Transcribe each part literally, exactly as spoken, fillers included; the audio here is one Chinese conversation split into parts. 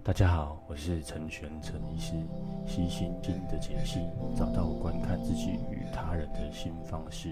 大家好，我是陈玄陈医师，悉心经的解析，找到观看自己与他人的新方式。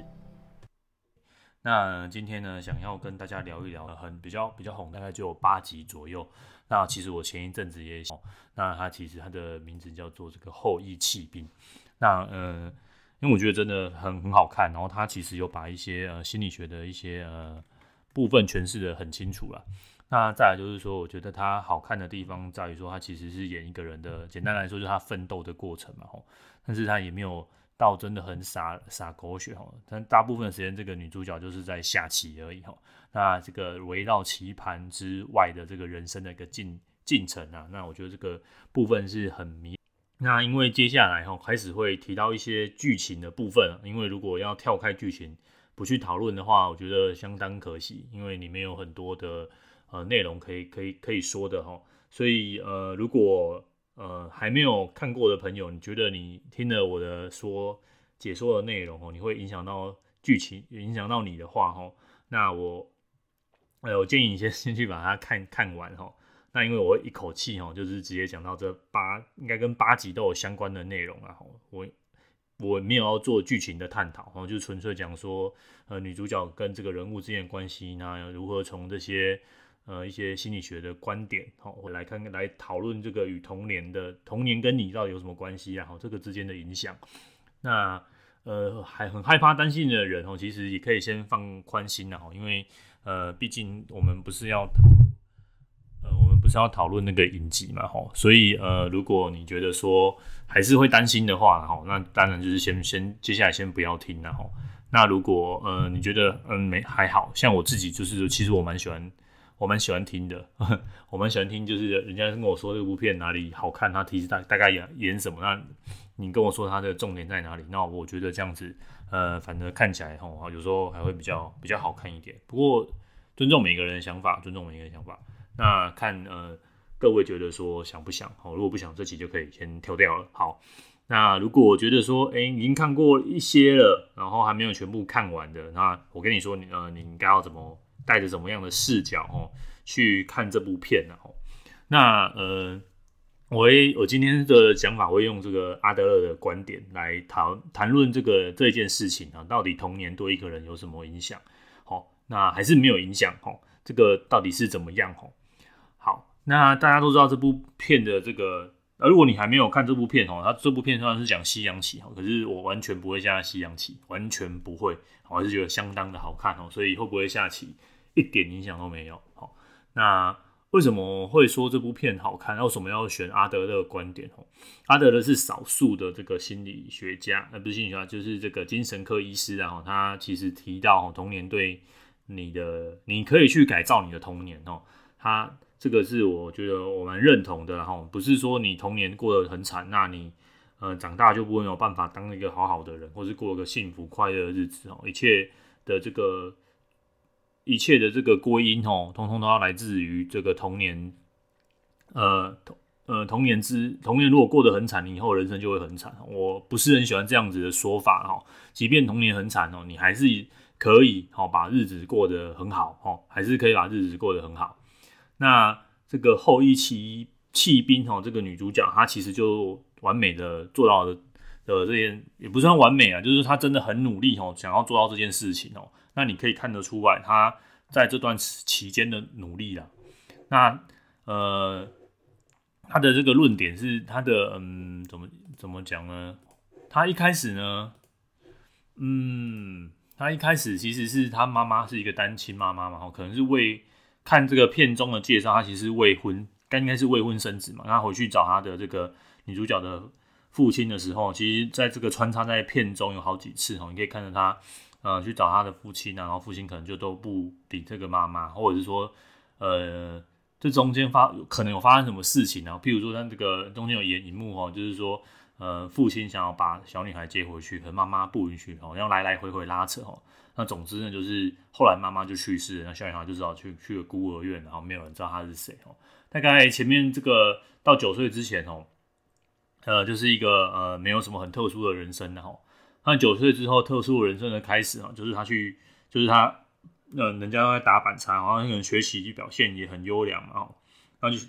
那今天呢，想要跟大家聊一聊很比较比较红，大概就有八集左右。那其实我前一阵子也，那它其实它的名字叫做这个后羿弃兵。那呃，因为我觉得真的很很好看，然后它其实有把一些呃心理学的一些呃部分诠释的很清楚啦。那再来就是说，我觉得它好看的地方在于说，它其实是演一个人的，简单来说就是他奋斗的过程嘛，吼。但是他也没有到真的很洒洒狗血，吼。但大部分的时间，这个女主角就是在下棋而已，吼。那这个围绕棋盘之外的这个人生的一个进进程啊，那我觉得这个部分是很迷。那因为接下来吼开始会提到一些剧情的部分，因为如果要跳开剧情不去讨论的话，我觉得相当可惜，因为里面有很多的。呃，内容可以可以可以说的齁，所以呃，如果呃还没有看过的朋友，你觉得你听了我的说解说的内容哦，你会影响到剧情，影响到你的话齁，那我呃我建议你先先去把它看看完齁。那因为我会一口气齁，就是直接讲到这八，应该跟八集都有相关的内容啊齁，我。我没有要做剧情的探讨，就纯粹讲说，呃，女主角跟这个人物之间的关系，那如何从这些呃一些心理学的观点，好，我来看看来讨论这个与童年的童年跟你到底有什么关系啊？好，这个之间的影响。那呃还很害怕担心的人哦，其实也可以先放宽心啦，因为呃毕竟我们不是要。呃，我们不是要讨论那个影集嘛，吼，所以呃，如果你觉得说还是会担心的话，吼，那当然就是先先接下来先不要听啦，吼。那如果呃你觉得嗯没还好，像我自己就是其实我蛮喜欢我蛮喜欢听的，呵呵我蛮喜欢听，就是人家跟我说这部片哪里好看，他提示大大概演演什么，那你跟我说他的重点在哪里，那我觉得这样子呃，反正看起来吼，有时候还会比较比较好看一点。不过尊重每个人的想法，尊重每个人的想法。那看呃各位觉得说想不想，好，如果不想这期就可以先跳掉了。好，那如果我觉得说，哎、欸，已经看过一些了，然后还没有全部看完的，那我跟你说，你呃你应该要怎么带着怎么样的视角哦去看这部片呢？哦，那呃我会我今天的讲法会用这个阿德勒的观点来谈谈论这个这件事情啊，到底童年对一个人有什么影响？好，那还是没有影响哦，这个到底是怎么样哦？好，那大家都知道这部片的这个，呃，如果你还没有看这部片哦，它这部片虽然是讲西洋棋，可是我完全不会下西洋棋，完全不会，我还是觉得相当的好看哦，所以会不会下棋一点影响都没有。好，那为什么会说这部片好看？为什么要选阿德勒的观点？阿德勒是少数的这个心理学家，呃，不是心理学家，就是这个精神科医师啊，他其实提到童年对你的，你可以去改造你的童年哦，他。这个是我觉得我蛮认同的，不是说你童年过得很惨，那你呃长大就不会有办法当一个好好的人，或是过一个幸福快乐的日子哦。一切的这个一切的这个归因哦，通通都要来自于这个童年，呃呃童年之童年如果过得很惨，你以后人生就会很惨。我不是很喜欢这样子的说法哦，即便童年很惨哦，你还是可以哦把日子过得很好哦，还是可以把日子过得很好。那这个后羿弃弃兵哦，这个女主角她其实就完美的做到的的这件，也不算完美啊，就是她真的很努力哦，想要做到这件事情哦。那你可以看得出来，她在这段期间的努力啦。那呃，她的这个论点是她的嗯，怎么怎么讲呢？她一开始呢，嗯，她一开始其实是她妈妈是一个单亲妈妈嘛，可能是为看这个片中的介绍，他其实是未婚，应该是未婚生子嘛。他回去找他的这个女主角的父亲的时候，其实在这个穿插在片中有好几次哦，你可以看着他呃去找他的父亲啊，然后父亲可能就都不理这个妈妈，或者是说呃这中间发可能有发生什么事情啊，譬如说他这个中间有演一幕哦，就是说呃父亲想要把小女孩接回去，可是妈妈不允许哦，要来来回回拉扯哦。那总之呢，就是后来妈妈就去世了，那小女孩就只好去去了孤儿院，然后没有人知道她是谁哦。大概前面这个到九岁之前哦，呃，就是一个呃没有什么很特殊的人生的哦。那九岁之后，特殊的人生的开始哦，就是他去，就是他呃人家在打板擦，然后可能学习表现也很优良嘛哦，然后就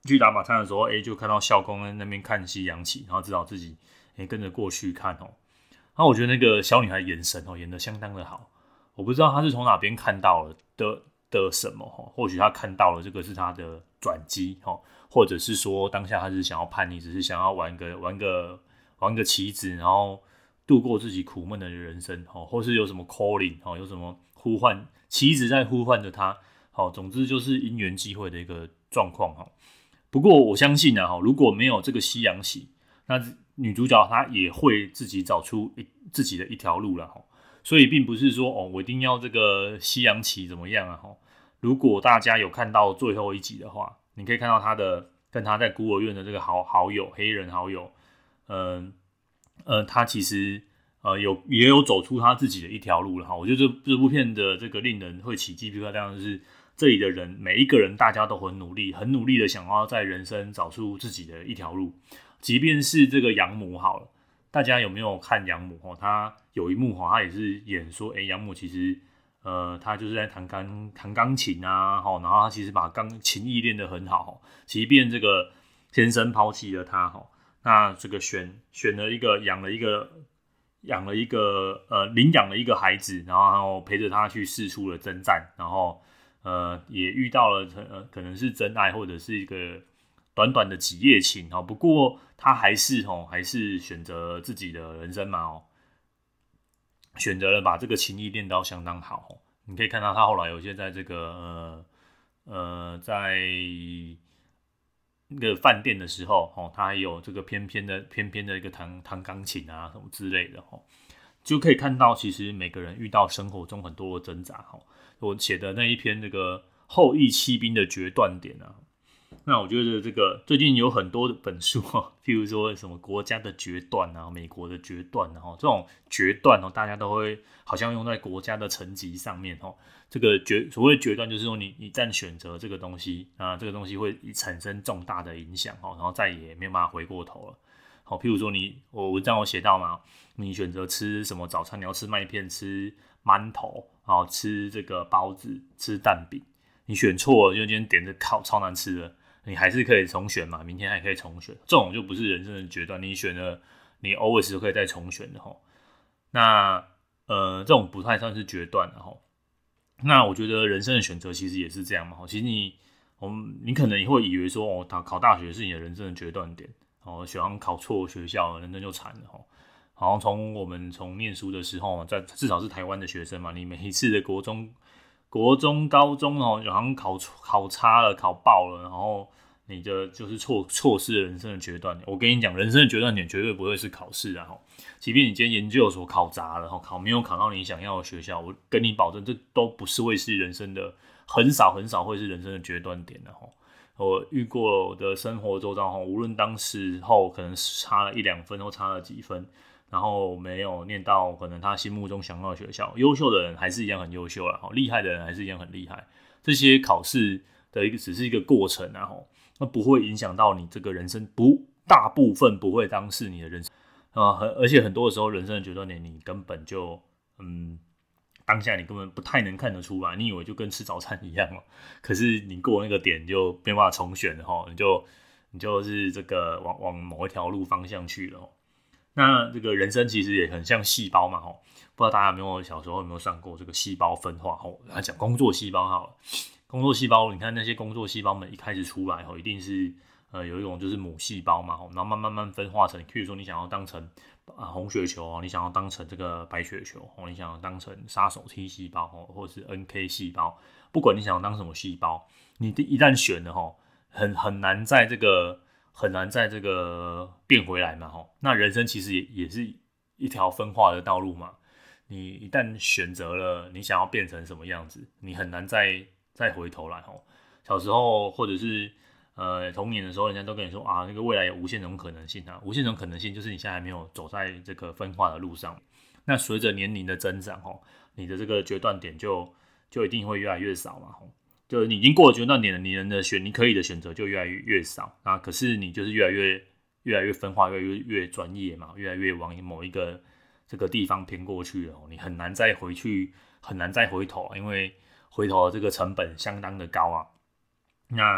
去打马餐的时候，哎、欸，就看到校工在那边看西洋棋，然后只好自己哎、欸、跟着过去看哦。然后我觉得那个小女孩眼神哦演得相当的好，我不知道她是从哪边看到了的的什么哦，或许她看到了这个是她的转机哦，或者是说当下她是想要叛逆，只是想要玩个玩个玩个棋子，然后度过自己苦闷的人生哦，或是有什么 calling 哦，有什么呼唤，棋子在呼唤着她。好，总之就是因缘际会的一个状况哈。不过我相信啊，如果没有这个西洋棋，那女主角她也会自己找出自己的一条路了哈。所以并不是说哦，我一定要这个西洋棋怎么样啊哈。如果大家有看到最后一集的话，你可以看到他的跟他在孤儿院的这个好好友黑人好友，嗯呃，他其实呃有也有走出他自己的一条路了哈。我觉得这这部片的这个令人会起鸡皮疙瘩，就是这里的人每一个人大家都很努力，很努力的想要在人生找出自己的一条路。即便是这个养母好了，大家有没有看养母哦？他有一幕哈，他也是演说，哎、欸，养母其实呃，他就是在弹钢弹钢琴啊，然后他其实把钢琴艺练得很好，即便这个先生抛弃了他哈，那这个选选了一个养了一个养了一个呃领养了一个孩子，然后陪着他去四处的征战，然后呃也遇到了呃可能是真爱或者是一个短短的几夜情哦，不过他还是哦还是选择自己的人生嘛哦，选择了把这个情谊练到相当好哦。你可以看到他后来有些在这个呃呃在那个饭店的时候哦，他还有这个偏偏的偏偏的一个弹弹钢琴啊什么之类的哦，就可以看到其实每个人遇到生活中很多的挣扎哦。我写的那一篇这个后羿骑兵的决断点啊。那我觉得这个最近有很多的本书哦，譬如说什么国家的决断啊，美国的决断啊，这种决断哦，大家都会好像用在国家的层级上面哦。这个决所谓决断就是说你一旦选择这个东西啊，这个东西会产生重大的影响哦，然后再也没有办法回过头了。好，譬如说你我文章有写到嘛，你选择吃什么早餐，你要吃麦片、吃馒头，然后吃这个包子、吃蛋饼，你选错了，就今天点的靠超难吃的。你还是可以重选嘛，明天还可以重选，这种就不是人生的决断，你选了，你 always 都可以再重选的吼。那呃，这种不太算是决断的吼。那我觉得人生的选择其实也是这样嘛，其实你，我们你可能也会以为说，哦，考大学是你的人生的决断点，哦，喜欢考错学校，人生就惨了吼。好像从我们从念书的时候，在至少是台湾的学生嘛，你每一次的国中。国中、高中哦，好像考考差了、考爆了，然后你的就是错错失了人生的决断点。我跟你讲，人生的决断点绝对不会是考试啊！即便你今天研究所考砸了，考没有考到你想要的学校，我跟你保证，这都不是会是人生的，很少很少会是人生的决断点的哈。我遇过的生活周遭，无论当时候可能差了一两分或差了几分。然后没有念到可能他心目中想要的学校，优秀的人还是一样很优秀啦，厉害的人还是一样很厉害。这些考试的一个只是一个过程啊，那不会影响到你这个人生，不大部分不会当是你的人生啊、呃，而且很多的时候人生的决断点你根本就嗯当下你根本不太能看得出来，你以为就跟吃早餐一样了，可是你过那个点就没办法重选了哈，你就你就是这个往往某一条路方向去了。那这个人生其实也很像细胞嘛，吼，不知道大家有没有小时候有没有上过这个细胞分化？吼，来讲工作细胞好了，工作细胞，你看那些工作细胞们一开始出来，吼，一定是呃有一种就是母细胞嘛，吼，然后慢慢慢分化成，譬如说你想要当成啊红血球，你想要当成这个白血球，你想要当成杀手 T 细胞，或者是 N K 细胞，不管你想要当什么细胞，你一旦选了，吼，很很难在这个。很难在这个变回来嘛，吼。那人生其实 也, 也是一条分化的道路嘛。你一旦选择了你想要变成什么样子，你很难再再回头来吼。小时候或者是呃童年的时候，人家都跟你说啊，那个未来有无限种可能性啊，无限种可能性就是你现在还没有走在这个分化的路上。那随着年龄的增长，吼，你的这个决断点就就一定会越来越少嘛，吼。就是你已经过了决断点了，你能的选，你可以的选择就越来越越少啊。可是你就是越来越越来越分化，越来越越专业嘛，越来越往某一个这个地方偏过去了，你很难再回去，很难再回头，因为回头的这个成本相当的高啊。那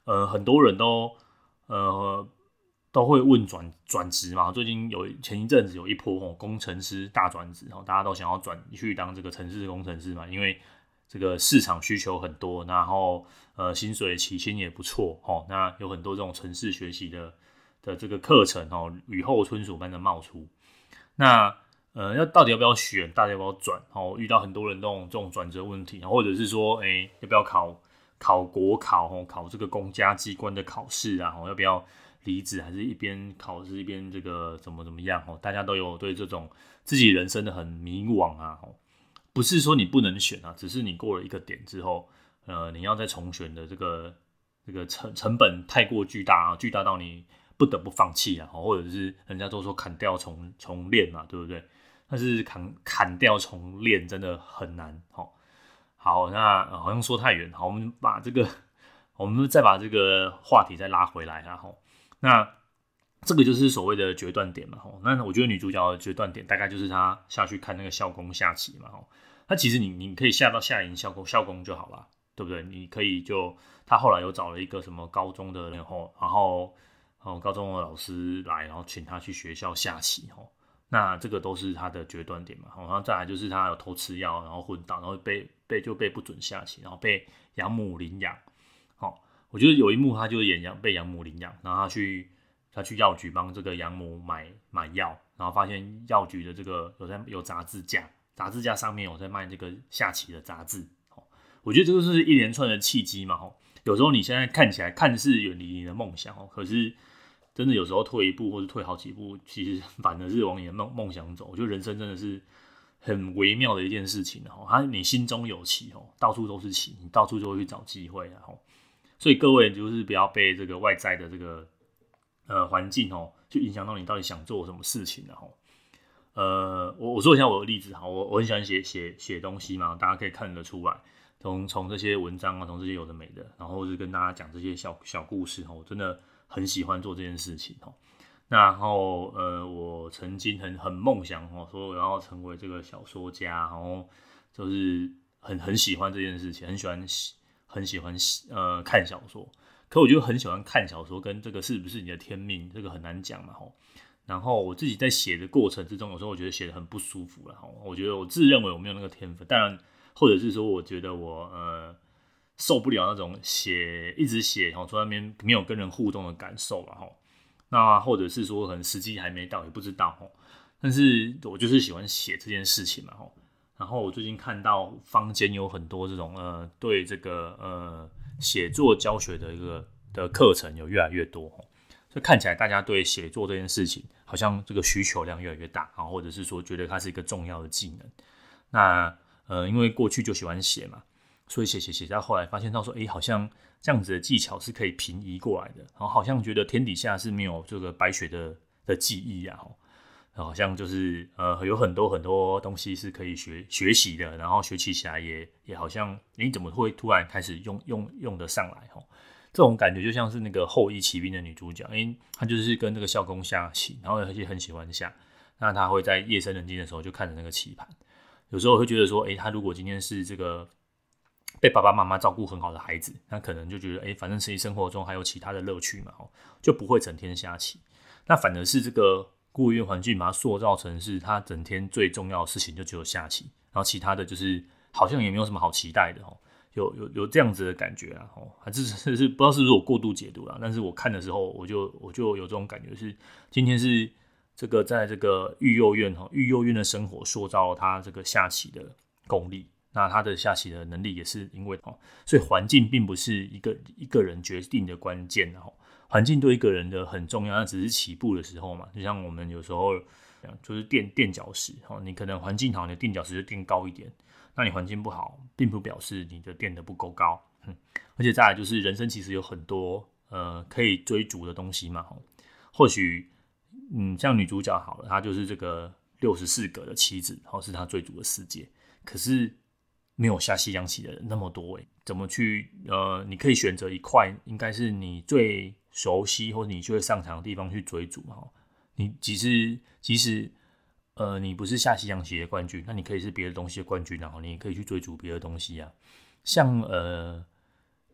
呃很多人都呃都会问转转职嘛，最近有前一阵子有一波哦工程师大转职哦，大家都想要转去当这个程式工程师嘛，因为这个市场需求很多，然后呃薪水起薪也不错哦，那有很多这种程式学习的的这个课程哦，雨后春笋般的冒出。那呃要到底要不要选，大家要不要转哦？遇到很多人这种这种转折问题，或者是说，哎、欸，要不要考考国考哦，考这个公家机关的考试啊，要不要离职，还是一边考试一边这个怎么怎么样哦？大家都有对这种自己人生的很迷惘啊，不是说你不能选啊，只是你过了一个点之后，呃，你要再重选的这个这个成成本太过巨大啊，巨大到你不得不放弃啊，或者是人家都说砍掉重重练嘛，对不对？但是砍砍掉重练真的很难哦。好，那、呃、好像说太远，好，我们把这个，我们再把这个话题再拉回来啊，吼，那这个就是所谓的决断点嘛，吼，那我觉得女主角的决断点大概就是她下去看那个校工下棋嘛，吼，那其实你你可以下到下营校工校工就好了，对不对？你可以就她后来有找了一个什么高中的，然后然后哦高中的老师来，然后请她去学校下棋，吼。那这个都是他的决断点嘛，然后再来就是他有偷吃药，然后昏倒，然后被被就被不准下棋，然后被养母领养。好，我觉得有一幕他就演养被养母领养，然后他去他去药局帮这个养母买买药，然后发现药局的这个有在有杂志架，杂志架上面有在卖这个下棋的杂志。我觉得这个是一连串的契机嘛，有时候你现在看起来看似远离你的梦想，可是真的有时候退一步或者退好几步，其实反而是往你的梦梦想走。我觉得人生真的是很微妙的一件事情哦。它你心中有棋哦，到处都是棋，你到处就会去找机会哦。所以各位就是不要被这个外在的这个呃环境哦，去影响到你到底想做什么事情的哦。呃，我我说一下我的例子哈，我我很喜欢写写写东西嘛，大家可以看得出来，从从这些文章啊，从这些有的没的，然后是跟大家讲这些小小故事哦，我真的很喜欢做这件事情哦。然后呃，我曾经很很梦想哦，说我要成为这个小说家，然后就是很很喜欢这件事情，很喜欢很喜欢呃看小说。可我觉得很喜欢看小说，跟这个是不是你的天命，这个很难讲嘛吼。然后我自己在写的过程之中，有时候我觉得写得很不舒服了，我觉得我自认为我没有那个天分，当然或者是说我觉得我呃受不了那种写一直写，然后在那边没有跟人互动的感受了哈。那或者是说可能时机还没到，也不知道哈。但是我就是喜欢写这件事情嘛哈。然后我最近看到坊间有很多这种呃对这个呃写作教学的一个的课程有越来越多，所以看起来大家对写作这件事情好像这个需求量越来越大，或者是说觉得它是一个重要的技能。那呃因为过去就喜欢写嘛，所以写写写到后来发现到说，哎，好像这样子的技巧是可以平移过来的，然后好像觉得天底下是没有这个白雪的的记忆啊，好像就是呃有很多很多东西是可以学学习的，然后学习起来也也好像你怎么会突然开始用用用得上来哈？这种感觉就像是那个后羿骑兵的女主角，因为她就是跟这个校工下棋，然后而且很喜欢下，那她会在夜深人静的时候就看着那个棋盘，有时候会觉得说，哎，她如果今天是这个被爸爸妈妈照顾很好的孩子，那可能就觉得，哎，反正实际生活中还有其他的乐趣嘛，就不会整天下棋。那反而是这个孤儿院环境把它塑造成是他整天最重要的事情就只有下棋，然后其他的就是好像也没有什么好期待的哦，有有有这样子的感觉啊，哦，还是是不知道是不是我过度解读啦，但是我看的时候我就我就有这种感觉是，今天是这个在这个育幼院哈，育幼院的生活塑造了他这个下棋的功力，那他的下棋的能力也是因为哦，所以环境并不是一个一个人决定的关键哦。环境对一个人的很重要，那只是起步的时候嘛。就像我们有时候就是垫垫脚石，你可能环境好，你的垫脚石就垫高一点。那你环境不好，并不表示你的垫得不够高。嗯，而且再来就是人生其实有很多呃可以追逐的东西嘛。或许嗯像女主角好了，她就是这个六十四个的妻子，然后是她追逐的世界。可是没有下西洋棋的人那么多诶，怎么去呃？你可以选择一块，应该是你最熟悉或者你就会上场的地方去追逐嘛。你即使即使呃你不是下西洋棋的冠军，那你可以是别的东西的冠军，然后你也可以去追逐别的东西啊。像呃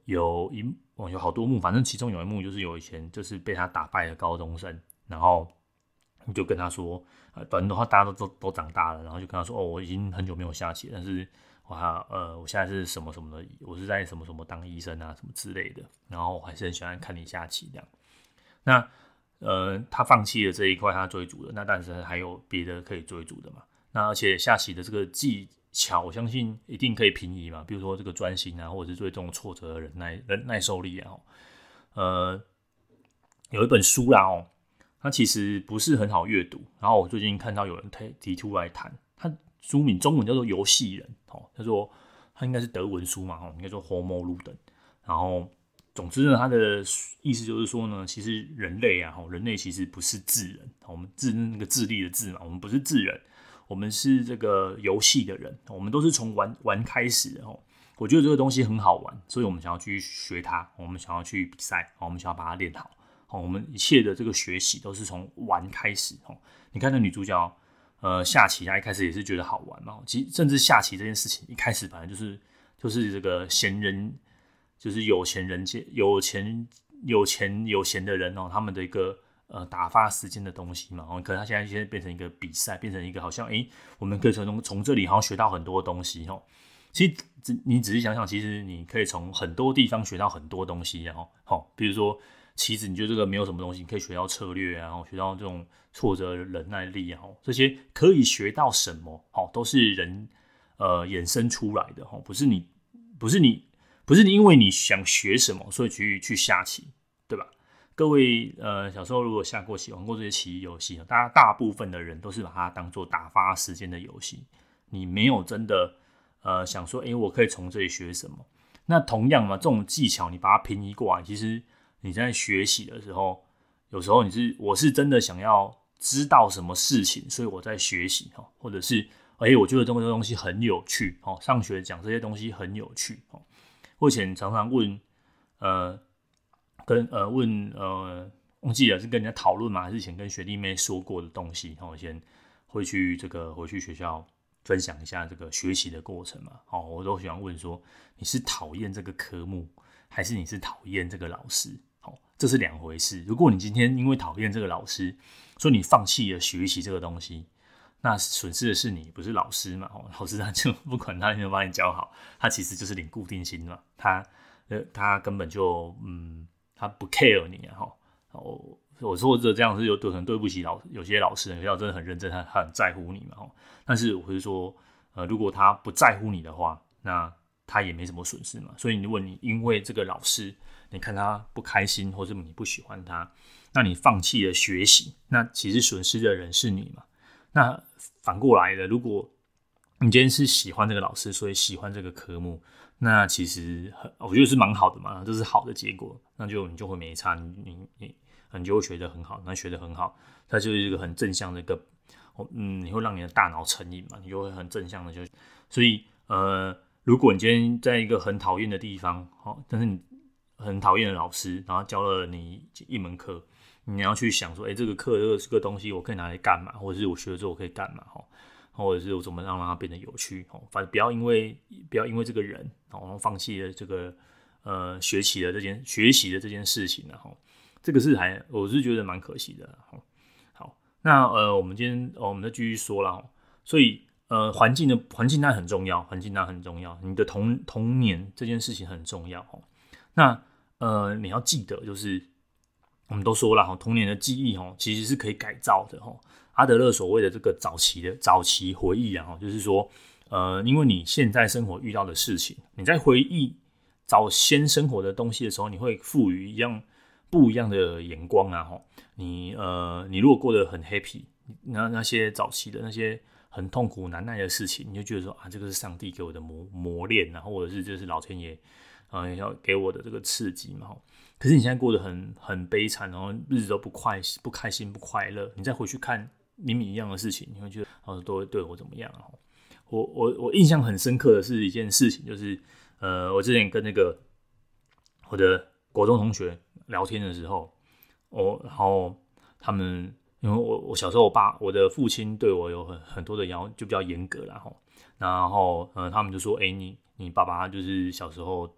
有一哦有好多幕，反正其中有一幕就是有以前就是被他打败的高中生，然后你就跟他说，呃，反正的话大家都都都长大了，然后就跟他说，哦，我已经很久没有下棋，但是我还呃我现在是什么什么的，我是在什么什么当医生啊什么之类的，然后我还是很喜欢看你下棋这样。那呃他放弃了这一块他追逐的，那但是还有别的可以追逐的嘛。那而且下棋的这个技巧，我相信一定可以平移嘛，比如说这个专心啊，或者是对这种挫折的忍耐忍耐受力啊。呃，有一本书啦哦，它其实不是很好阅读，然后我最近看到有人提出来谈，它书名中文叫做《游戏人》哦，他说它应该是德文书嘛哦，应该说 Homo Ludens， 然后总之呢，它的意思就是说呢，其实人类啊，人类其实不是智人，我们智那个智力的智嘛，我们不是智人。我们是这个游戏的人，我们都是从玩玩开始的哦。我觉得这个东西很好玩，所以我们想要去学它，我们想要去比赛，我们想要把它练好。我们一切的这个学习都是从玩开始。你看那女主角，呃，下棋，她一开始也是觉得好玩嘛。其实甚至下棋这件事情一开始本来就是就是这个闲人，就是有钱人界有钱有钱有闲的人哦，他们的一个。呃，打发时间的东西嘛，可能他现在现在变成一个比赛，变成一个好像，哎、欸，我们可以从从这里好像学到很多东西哦。其实你仔细想想，其实你可以从很多地方学到很多东西，然后，好，比如说棋子，你觉得这个没有什么东西，你可以学到策略啊，然后学到这种挫折忍耐力啊，这些可以学到什么，好，都是人呃衍生出来的，不是你不是你不是你因为你想学什么，所以去去下棋，对吧？各位，呃，小时候如果下过棋、玩过这些棋艺游戏，大家大部分的人都是把它当做打发时间的游戏。你没有真的，呃，想说，哎、欸，我可以从这里学什么？那同样嘛，这种技巧你把它平移过来，其实你在学习的时候，有时候你是我是真的想要知道什么事情，所以我在学习哈，或者是，哎、欸，我觉得这个东西很有趣哦，上学讲这些东西很有趣哦。我以前常常问，呃。跟呃问呃忘记了是跟人家讨论吗？还是以前跟学弟妹说过的东西？我先会去这个回去学校分享一下这个学习的过程嘛。哦，我都喜欢问说，你是讨厌这个科目，还是你是讨厌这个老师？哦，这是两回事。如果你今天因为讨厌这个老师，所以你放弃了学习这个东西，那损失的是你，不是老师嘛？哦，老师他就不管他有没有把你教好，他其实就是领固定薪嘛。他呃他根本就嗯。他不 care 你啊，我我说这这样是有可能对不起老有些老师，学校真的很认真，他他很在乎你嘛，但是我是说，呃，如果他不在乎你的话，那他也没什么损失嘛。所以如果你因为这个老师，你看他不开心，或者你不喜欢他，那你放弃了学习，那其实损失的人是你嘛。那反过来的，如果你今天是喜欢这个老师，所以喜欢这个科目。那其实我觉得是蛮好的嘛，这是好的结果，那就你就会没差，你你你你就会学得很好，那学得很好，它就是一个很正向的一个，嗯，你会让你的大脑成瘾嘛，你就会很正向的就，所以呃，如果你今天在一个很讨厌的地方，哦，但是你很讨厌的老师，然后教了你一门课，你要去想说，哎、欸，这个课这个这个东西我可以拿来干嘛，或者是我学了之后我可以干嘛，哈。或者是我怎么让它变得有趣，反正不要因为不要因为这个人，然后放弃了这个呃学习的这件学习的这件事情，然后这个是还我是觉得蛮可惜的。好，那呃我们今天、哦、我们再继续说了，所以呃环境的环境它很重要，环境它很重要，你的童童年这件事情很重要。那呃你要记得，就是我们都说了，童年的记忆其实是可以改造的。阿德勒所谓的这个早期的早期回忆啊，就是说，呃，因为你现在生活遇到的事情，你在回忆早先生活的东西的时候，你会赋予一样不一样的眼光啊。你呃，你如果过得很 happy， 那那些早期的那些很痛苦难耐的事情，你就觉得说啊，这个是上帝给我的磨磨练啊，或者是这是老天爷呃要给我的这个刺激嘛。可是你现在过得很很悲惨，然后日子都不快不开心不快乐，你再回去看明明一样的事情，你会觉得哦，都会对我怎么样啊？我我我印象很深刻的是一件事情，就是呃，我之前跟那个我的国中同学聊天的时候，我然后他们因为我我小时候我爸我的父亲对我有很很多的要就比较严格啦，然后呃他们就说，哎、欸，你你爸爸就是小时候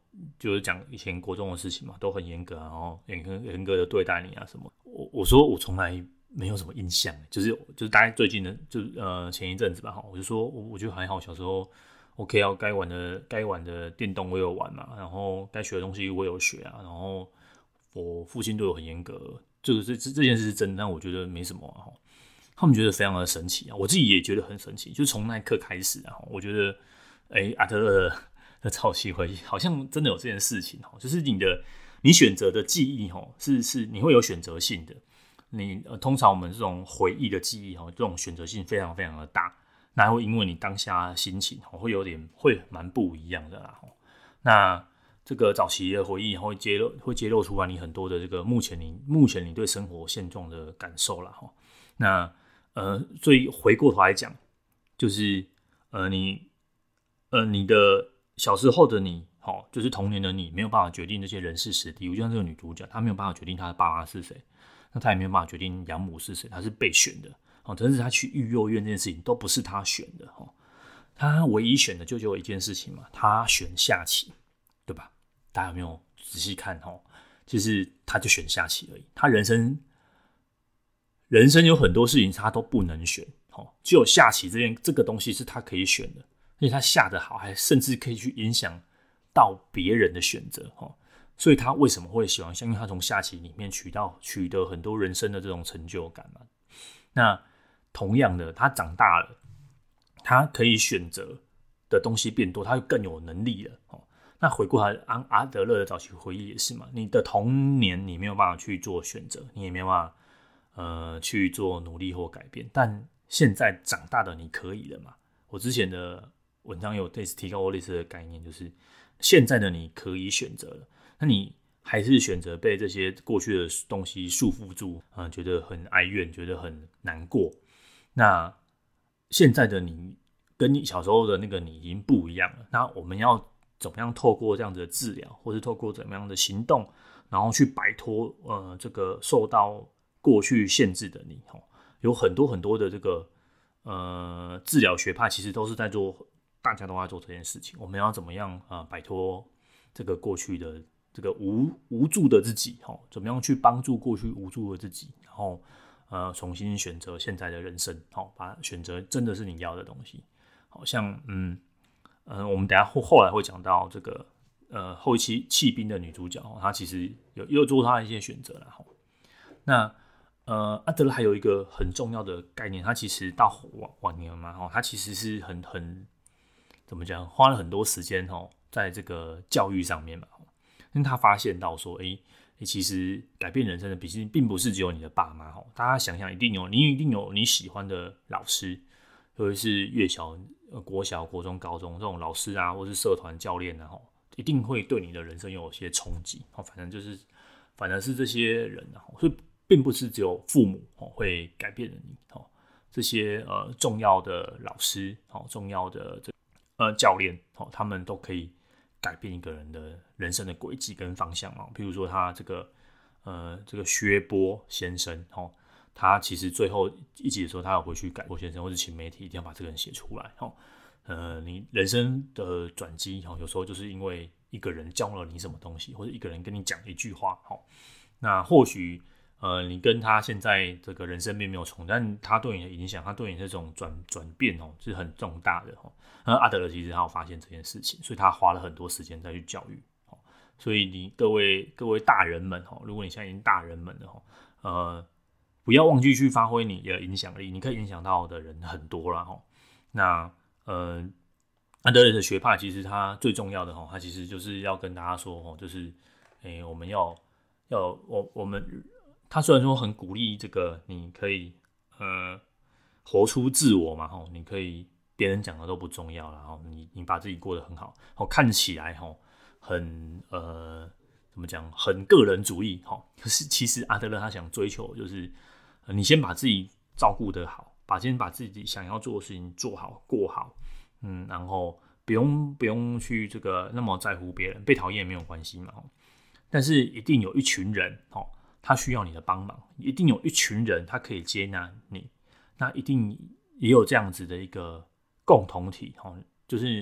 就是讲以前国中的事情嘛，都很严格啊，然后严格严格的对待你啊什么。我我说我从来没有什么印象，就是就是大概最近的，就呃前一阵子吧，我就说我我觉得还好，小时候 OK 要该玩的该玩的电动我有玩嘛，然后该学的东西我有学啊，然后我父亲对我很严格，这个这这件事是真的，但我觉得没什么啊。他们觉得非常的神奇啊，我自己也觉得很神奇。就从那一刻开始啊，我觉得，哎，阿德勒的早期回忆好像真的有这件事情哦，就是你的你选择的记忆哦，是是你会有选择性的。你呃，通常我们这种回忆的记忆哦，这种选择性非常非常的大，那会因为你当下心情哦，会有点会蛮不一样的啦。那这个早期的回忆会揭露会揭露出来你很多的这个目前你目前你对生活现状的感受啦。那呃，所以回过头来讲，就是呃，你呃，你的小时候的你，好，就是童年的你，没有办法决定这些人事时地。就像这个女主角，她没有办法决定她的爸妈是谁，那她也没有办法决定养母是谁，她是被选的。哦，但是她去育幼院这件事情都不是她选的。哦，她唯一选的就只有一件事情嘛，她选下棋，对吧？大家有没有仔细看？哦，就是她就选下棋而已。她人生。人生有很多事情他都不能选，只有下棋这件这个东西是他可以选的，而且他下得好，还甚至可以去影响到别人的选择。所以他为什么会喜欢？因为他从下棋里面取到取得很多人生的这种成就感嘛。那同样的，他长大了，他可以选择的东西变多，他就更有能力了。那回过来，阿德勒的早期回忆也是嘛，你的童年你没有办法去做选择，你也没有办法。呃，去做努力或改变，但现在长大的你可以了嘛？我之前的文章有类似提高过类似的概念，就是现在的你可以选择了，那你还是选择被这些过去的东西束缚住，呃，觉得很哀怨，觉得很难过。那现在的你跟你小时候的那个你已经不一样了，那我们要怎么样透过这样子的治疗，或是透过怎么样的行动，然后去摆脱呃这个受到过去限制的你，有很多很多的这个呃治疗学派，其实都是在做，大家都在做这件事情。我们要怎么样呃摆脱这个过去的这个无无助的自己，怎么样去帮助过去无助的自己，然后呃重新选择现在的人生，把选择真的是你要的东西。好像嗯呃我们等一下后后来会讲到这个呃后期弃兵的女主角，她其实有又做她的一些选择了。那呃，阿德勒还有一个很重要的概念，他其实到晚晚年嘛，他其实是很很怎么讲，花了很多时间在这个教育上面嘛，因为他发现到说，哎、欸，其实改变人生的，毕竟并不是只有你的爸妈，大家想想，一定有你一定有你喜欢的老师，尤其是越小、国小、国中、高中这种老师啊，或是社团教练啊，一定会对你的人生有些冲击。反正就是，反而是这些人啊，所以。并不是只有父母会改变了你，这些呃重要的老师、重要的这呃教练，他们都可以改变一个人的人生的轨迹跟方向嘛。譬如说他这个呃这个薛波先生，他其实最后一集的时候，他有回去改波先生，或是请媒体一定要把这个人写出来。呃，你人生的转机，有时候就是因为一个人教了你什么东西，或者一个人跟你讲一句话，那或许。呃，你跟他现在这个人生并没有重，但他对你的影响，他对你这种转转变哦，是很重大的哦。那阿德勒其实他有发现这件事情，所以他花了很多时间再去教育哦。所以你各位各位大人们哦，如果你现在已经大人们了哦，呃，不要忘记去发挥你的影响力，你可以影响到的人很多啦哦。那呃，阿德勒的学派其实他最重要的哦，他其实就是要跟大家说哦，就是诶、欸，我们要要我我们。他虽然说很鼓励这个，你可以呃活出自我嘛，吼，你可以别人讲的都不重要啦，吼，你你把自己过得很好，吼，看起来吼很呃怎么讲，很个人主义，吼，可是其实阿德勒他想追求就是，呃、你先把自己照顾得好，把先把自己想要做的事情做好过好，嗯，然后不用不用去这个那么在乎别人，被讨厌也没有关系嘛，吼，但是一定有一群人，吼。他需要你的帮忙，一定有一群人他可以接纳你，那一定也有这样子的一个共同体，就是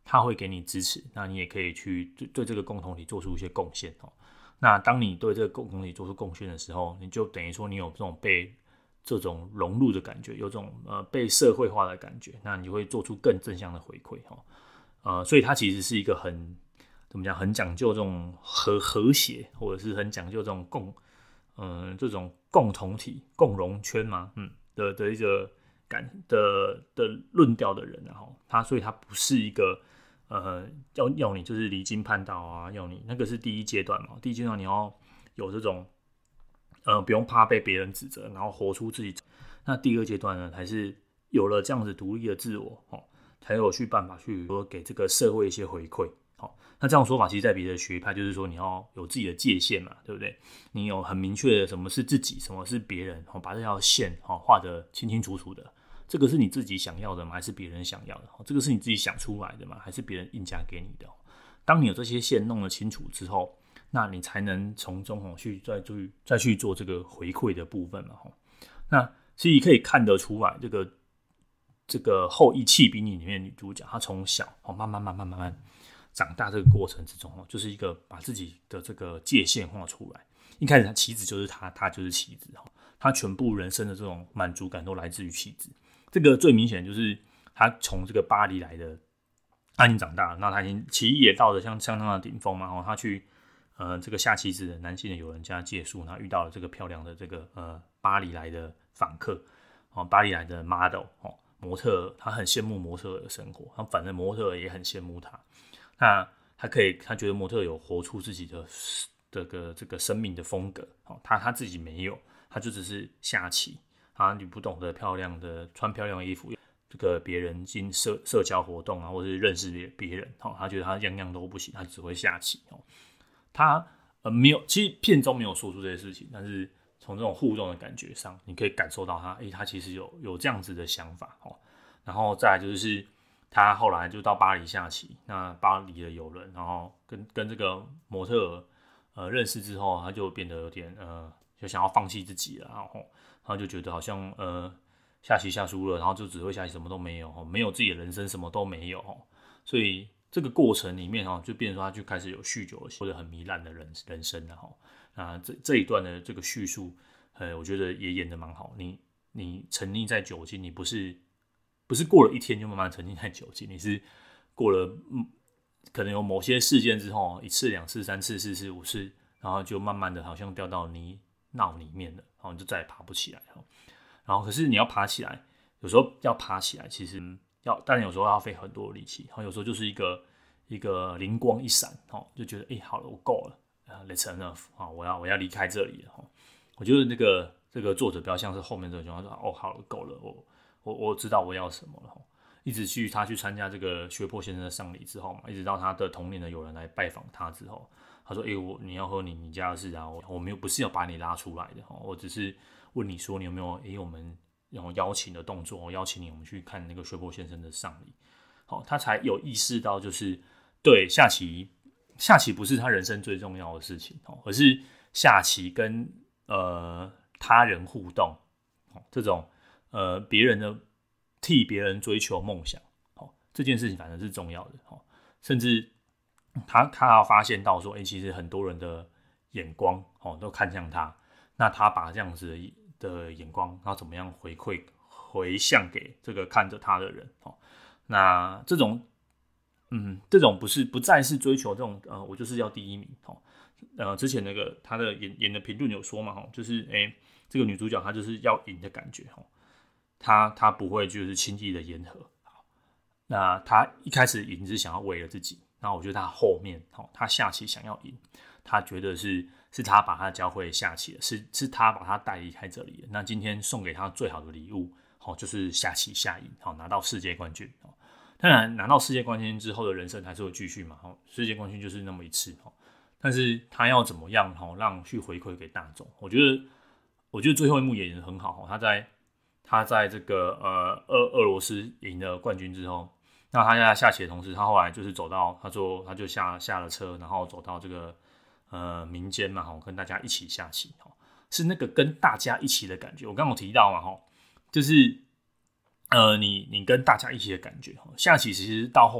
他会给你支持，那你也可以去 对, 对这个共同体做出一些贡献哦。那当你对这个共同体做出贡献的时候，你就等于说你有这种被这种融入的感觉，有这种呃被社会化的感觉，那你会做出更正向的回馈哦。呃，所以它其实是一个很怎么讲，很讲究这种和和谐，或者是很讲究这种共嗯、呃、这种共同体共荣圈嘛，嗯的的一个感的的论调的人，然后他所以他不是一个。呃，要要你就是离经叛道啊，要你那个是第一阶段嘛。第一阶段你要有这种，呃，不用怕被别人指责，然后活出自己。那第二阶段呢，还是有了这样子独立的自我，哦，才有去办法去说给这个社会一些回馈。好，那这样说法，其实在别的学派就是说你要有自己的界限嘛，对不对？你有很明确的什么是自己，什么是别人，哦，把这条线哦画得清清楚楚的。这个是你自己想要的吗？还是别人想要的？这个是你自己想出来的吗？还是别人硬加给你的？当你有这些线弄得清楚之后，那你才能从中去再去再去做这个回馈的部分嘛。那其实可以看得出来，这个这个《后羿弃兵》里面的女主角，她从小慢慢慢慢慢慢长大这个过程之中，就是一个把自己的这个界限画出来。一开始棋子就是她，她就是棋子，她全部人生的这种满足感都来自于棋子。这个最明显就是他从这个巴黎来的，他已经长大了，那他已经棋艺也到了像相当的顶峰嘛。然后他去呃这个下棋子的男性的友人家借宿，然后遇到了这个漂亮的这个呃巴黎来的访客，哦，巴黎来的 model 哦模特，他很羡慕模特的生活，他反正模特也很羡慕他。那他可以，他觉得模特有活出自己的这个这个生命的风格，哦，他他自己没有，他就只是下棋。啊，你不懂得漂亮的穿漂亮的衣服，这个别人进社社交活动啊，或者是认识别人，哦，他觉得他样样都不行，他只会下棋哦。他呃没有，其实片中没有说出这些事情，但是从这种互动的感觉上，你可以感受到他，诶，他其实有有这样子的想法哦。然后再来就是他后来就到巴黎下棋，那巴黎的友人，然后跟跟这个模特儿呃认识之后，他就变得有点呃，就想要放弃自己了，然后。然后就觉得好像呃下棋下输了，然后就只会下棋，什么都没有，没有自己的人生，什么都没有。所以这个过程里面就变成说他就开始有酗酒或者很糜烂的人人生了。那这这一段的这个叙述，呃，我觉得也演得蛮好。你你沉溺在酒精，你不是不是过了一天就慢慢沉溺在酒精，你是过了嗯可能有某些事件之后，一次、两次、三次、四次、五次，然后就慢慢的好像掉到泥淖里面了。然后你就再也爬不起来，然后可是你要爬起来，有时候要爬起来，其实要，但有时候要费很多力气，然后有时候就是一个一个灵光一闪，就觉得哎、欸，好了，我够了 ，Let's enough， 我要我要离开这里了。我觉得那个这个作者比较像是后面这个情况，说哦，好了，够了，我我我知道我要什么了。一直去他去参加这个薛坡先生的丧礼之后嘛，一直到他的童年的友人来拜访他之后。他说：“哎、欸，我你要喝你你家的事啊，我我没有不是要把你拉出来的，我只是问你说你有没有哎、欸，我们那种邀请的动作，我邀请你我们去看那个薛坡先生的丧礼。好，他才有意识到，就是对下棋，下棋不是他人生最重要的事情，而是下棋跟呃他人互动，这种呃别人的替别人追求梦想，这件事情反正是重要的，甚至。”他他要发现到说，哎、欸，其实很多人的眼光哦都看向他，那他把这样子 的, 的眼光，然后怎么样回馈回向给这个看着他的人哦？那这种，嗯，这种不是不再是追求这种呃，我就是要第一名哦。呃，之前那个他的演演的评论有说嘛，哦，就是哎、欸，这个女主角她就是要赢的感觉哦，她她不会就是轻易的言和。那她一开始赢是想要为了自己。然后我觉得他后面，他下棋想要赢，他觉得是是他把他教会下棋的，是是他把他带离开这里的。那今天送给他最好的礼物，就是下棋下赢，拿到世界冠军。当然，拿到世界冠军之后的人生还是会继续嘛，世界冠军就是那么一次。但是他要怎么样让去回馈给大众？我觉得，我觉得最后一幕也很好。他在他在这个呃俄俄罗斯赢了冠军之后。那他在下棋的同时，他后来就是走到，他说他就下下了车，然后走到这个呃民间嘛，跟大家一起下棋，是那个跟大家一起的感觉。我刚刚有提到嘛，就是呃你你跟大家一起的感觉。下棋其实到后来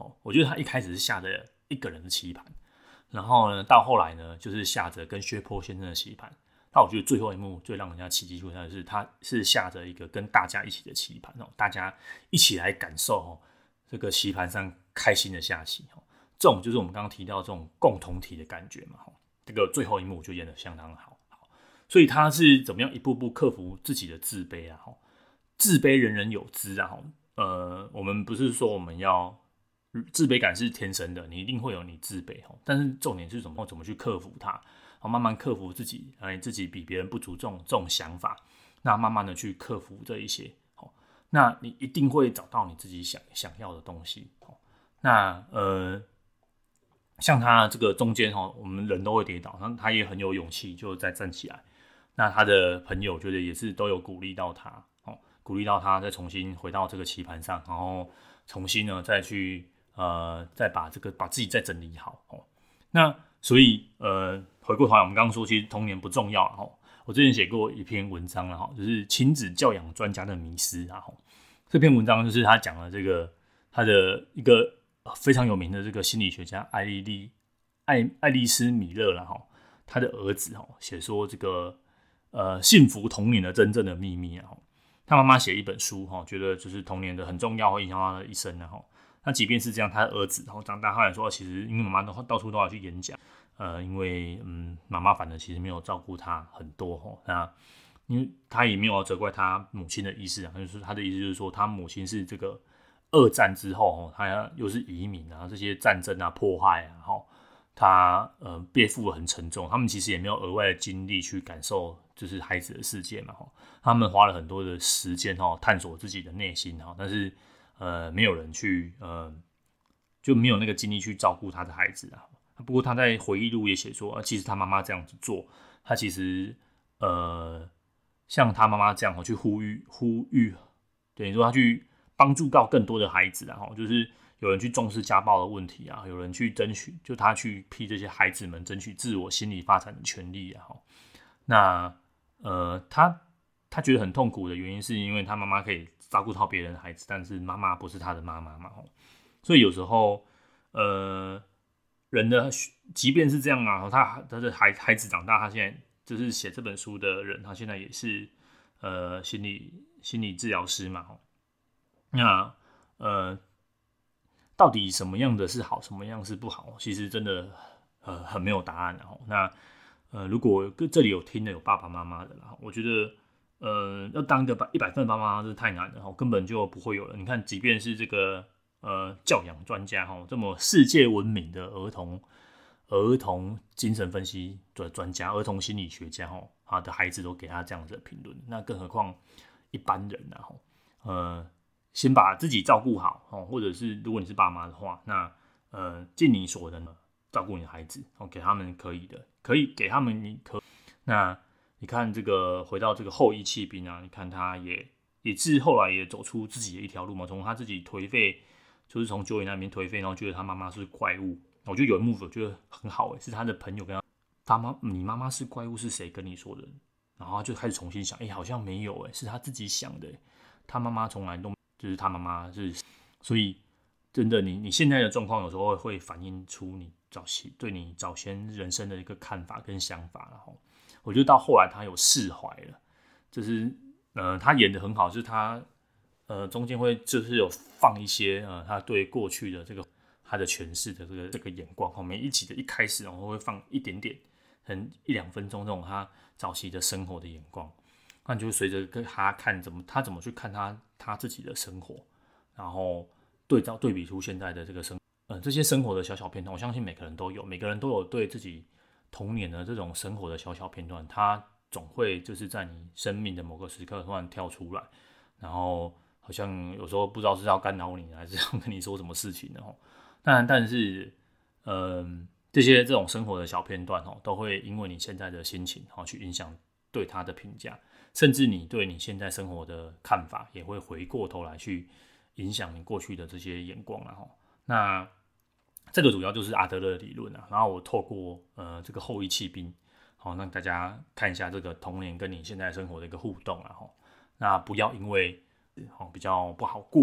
哦，我觉得他一开始是下着一个人的棋盘，然后呢，到后来呢，就是下着跟薛坡先生的棋盘。那我觉得最后一幕最让人家起鸡皮疙瘩的是，他是下着一个跟大家一起的棋盘哦，大家一起来感受哦这个棋盘上开心的下棋哦，这种就是我们刚刚提到这种共同体的感觉嘛。这个最后一幕就演得相当好，所以他是怎么样一步步克服自己的自卑啊？自卑人人有之啊，呃，我们不是说我们要自卑感是天生的，你一定会有你自卑，但是重点是怎么怎么去克服它。慢慢克服自己，哎，自己比别人不足这种这种想法，那慢慢的去克服这一些，那你一定会找到你自己想想要的东西。那呃，像他这个中间我们人都会跌倒，他也很有勇气，就再站起来。那他的朋友觉得也是都有鼓励到他，鼓励到他再重新回到这个棋盘上，然后重新呢再去呃再把这个把自己再整理好。那所以呃。回过头来，我们刚刚说，其实童年不重要哈。我之前写过一篇文章了哈，就是亲子教养专家的迷思啊。这篇文章就是他讲了这个他的一个非常有名的这个心理学家艾莉莉艾艾丽丝米勒了哈，他的儿子哈写说这个呃幸福童年的真正的秘密啊。他妈妈写一本书哈，觉得就是童年的很重要，会影响他的一生啊。那即便是这样，他的儿子然后长大后来说，其实因为妈妈都到处都要去演讲。呃，因为嗯，妈妈反正其实没有照顾他很多吼，那因为他也没有责怪他母亲的意思啊，就是他的意思就是说，他母亲是这个二战之后，他又是移民啊，这些战争啊、迫害啊，哈，他呃背负了很沉重，他们其实也没有额外的精力去感受就是孩子的世界嘛，哈，他们花了很多的时间哈探索自己的内心哈，但是呃没有人去呃就没有那个精力去照顾他的孩子啊。不过他在回忆录也写说、啊，其实他妈妈这样子做，他其实呃像他妈妈这样去呼吁呼吁，等于说他去帮助到更多的孩子啊，就是有人去重视家暴的问题啊，有人去争取，就他去替这些孩子们争取自我心理发展的权利啊。那呃他他觉得很痛苦的原因是因为他妈妈可以照顾到别人的孩子，但是妈妈不是他的妈妈嘛，所以有时候呃。人的，即便是这样啊，他他的孩孩子长大，他现在就是写这本书的人，他现在也是呃心理心理治疗师嘛。那呃，到底什么样的是好，什么样是不好？其实真的呃很没有答案的。那呃，如果这里有听的有爸爸妈妈的啦，我觉得呃要当一个一百分的爸妈是太难了，根本就不会有了。你看，即便是这个。呃，教养专家哈，这么世界闻名的儿童儿童精神分析的专家、儿童心理学家哈，他的孩子都给他这样子的评论，那更何况一般人呢？哈，呃，先把自己照顾好哦，或者是如果你是爸妈的话，那呃尽你所能照顾你的孩子，哦，给他们可以的，可以给他们你可。那你看这个回到这个后羿弃兵啊，你看他也也是后来也走出自己的一条路嘛，从他自己颓废。就是从九尾那边颓废，然后觉得他妈妈是怪物。我觉得有一幕我觉得很好，是他的朋友跟他，他妈，你妈妈是怪物是谁跟你说的？然后他就开始重新想，哎、欸，好像没有，哎，是他自己想的。他妈妈从来都就是他妈妈是，所以真的你你现在的状况有时候会反映出你早期对你早先人生的一个看法跟想法。然后我觉得到后来他有释怀了，就是呃他演得很好，就是他。呃，中间会就是有放一些呃，他对过去的这个他的诠释的这个这个眼光，每一集的一开始，然后会放一点点，可能一两分钟这种他早期的生活的眼光，那你就会随着跟他看怎么他怎么去看他他自己的生活，然后对照对比出现在的这个生呃这些生活的小小片段，我相信每个人都有，每个人都有对自己童年的这种生活的小小片段，他总会就是在你生命的某个时刻突然跳出来，然后。好像有时候不知道是要干扰你，还是要跟你说什么事情的哦。但但是，嗯、呃，这些这种生活的小片段哦，都会因为你现在的心情哦，去影响对他的评价，甚至你对你现在生活的看法，也会回过头来去影响你过去的这些眼光啊。那这个主要就是阿德勒的理论啊。然后我透过呃这个后羿弃兵，好让大家看一下这个童年跟你现在生活的一个互动啊。那不要因为比较不好过，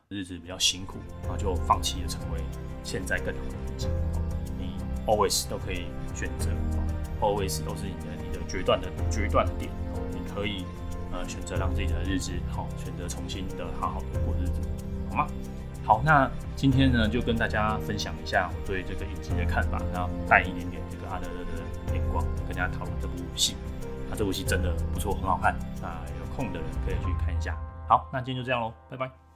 日子比较辛苦，然后就放弃了成为现在更好的自己。你 always 都可以选择 ，always 都是你的你的决断的决断点，你可以呃选择让自己的日子好，选择重新的好好的过日子，好吗？好，那今天呢就跟大家分享一下我对这个影集的看法，然后带一点点这个阿德勒的眼光，跟大家讨论这部戏。那这部戏真的不错，很好看，那有空的人可以去看一下。好，那今天就这样咯，拜拜。